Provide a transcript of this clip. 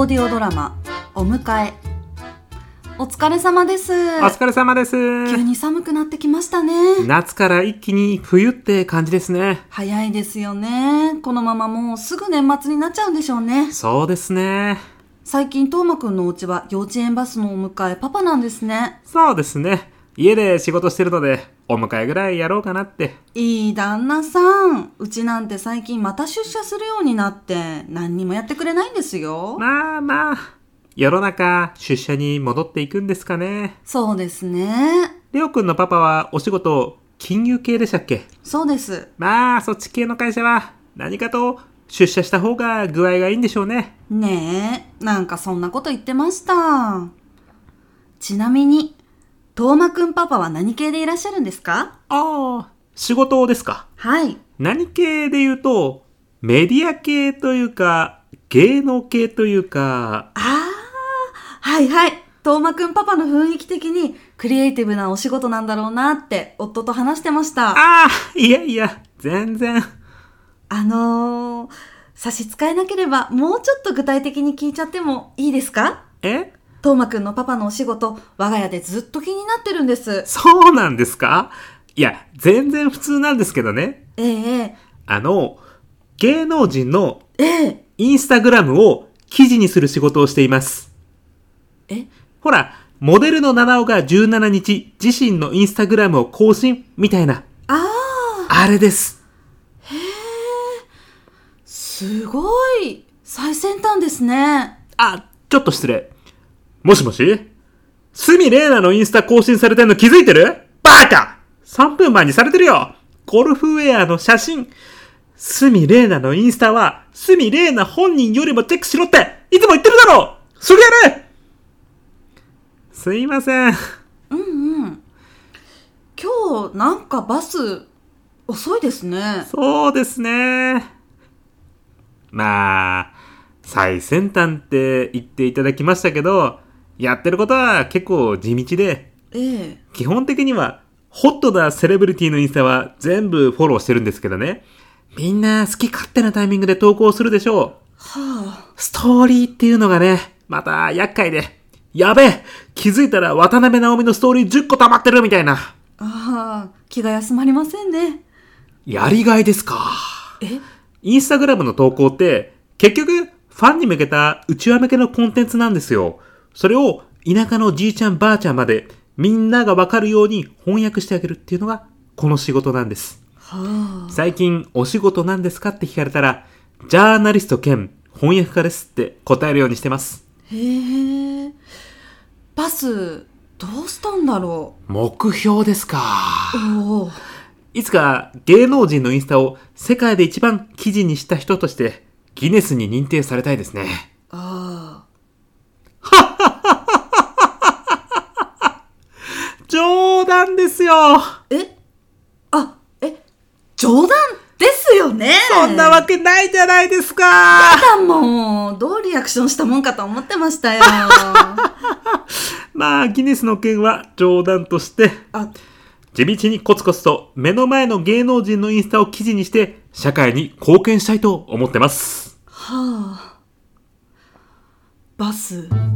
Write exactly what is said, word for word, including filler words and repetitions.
オーディオドラマお迎え。お疲れ様です。 お疲れ様です。 急に寒くなってきましたね。 夏から一気に冬って感じですね。 早いですよね。このままもうすぐ年末になっちゃうんでしょうね。 そうですね。 最近トーマくんのお家は幼稚園バスのお迎えパパなんですね。 そうですね。家で仕事してるのでお迎えぐらいやろうかなって。 いい旦那さん。うちなんて最近また出社するようになって何にもやってくれないんですよ。 まあまあ世の中出社に戻っていくんですかね。 そうですね。 りょうくんのパパはお仕事金融系でしたっけ？ そうです。 まあそっち系の会社は何かと出社した方が具合がいいんでしょうね。 ねえ、なんかそんなこと言ってました。ちなみにトーマくんパパは何系でいらっしゃるんですか？ ああ、仕事ですか？ はい。 何系で言うとメディア系というか芸能系というか。 ああ、はいはい。トーマくんパパの雰囲気的にクリエイティブなお仕事なんだろうなって夫と話してました。 ああ、いやいや、全然。 あのー、差し支えなければもうちょっと具体的に聞いちゃってもいいですか？ え？ トーマくんのパパのお仕事、我が家でずっと気になってるんです。 そうなんですか？いや、全然普通なんですけどね。 ええあの、芸能人のええインスタグラムを記事にする仕事をしています。 えほら、モデルの七尾がじゅうしちにち自身のインスタグラムを更新みたいな。 ああ。 あれです。 へえ、すごい最先端ですね。 あ、ちょっと失礼。もしもし？スミレーナのインスタ更新されてんの気づいてる？バカ！ さん 分前にされてるよ。ゴルフウェアの写真。スミレーナのインスタはスミレーナ本人よりもチェックしろっていつも言ってるだろ！それやれ！すいません。 うんうん。今日なんかバス遅いですね。 そうですね。まあ、最先端って言っていただきましたけど、やってることは結構地道で、 ええ。 基本的にはホットなセレブリティのインスタは全部フォローしてるんですけどね。みんな好き勝手なタイミングで投稿するでしょう。 はあ。 ストーリーっていうのがね、また厄介で。やべえ！気づいたら渡辺直美のストーリーじゅっこ溜まってるみたいな。 ああ、気が休まりませんね。 やりがいですか。 え？ インスタグラムの投稿って結局ファンに向けた内輪向けのコンテンツなんですよ。それを田舎のじいちゃんばあちゃんまでみんながわかるように翻訳してあげるっていうのがこの仕事なんです。 はあ。 最近お仕事なんですかって聞かれたらジャーナリスト兼翻訳家ですって答えるようにしてます。 へえ。バスどうしたんだろ目標ですか。 う。おお。 いつか芸能人のインスタを世界で一番記事にした人としてギネスに認定されたいですね。 ああ。 冗談ですよ。 え？あ、え、冗談ですよね。 そんなわけないじゃないですか。 やだもう、どうリアクションしたもんかと思ってましたよ。 まあギネスの件は冗談としてあ、 地道にコツコツと目の前の芸能人のインスタを記事にして社会に貢献したいと思ってます。 はあ。バス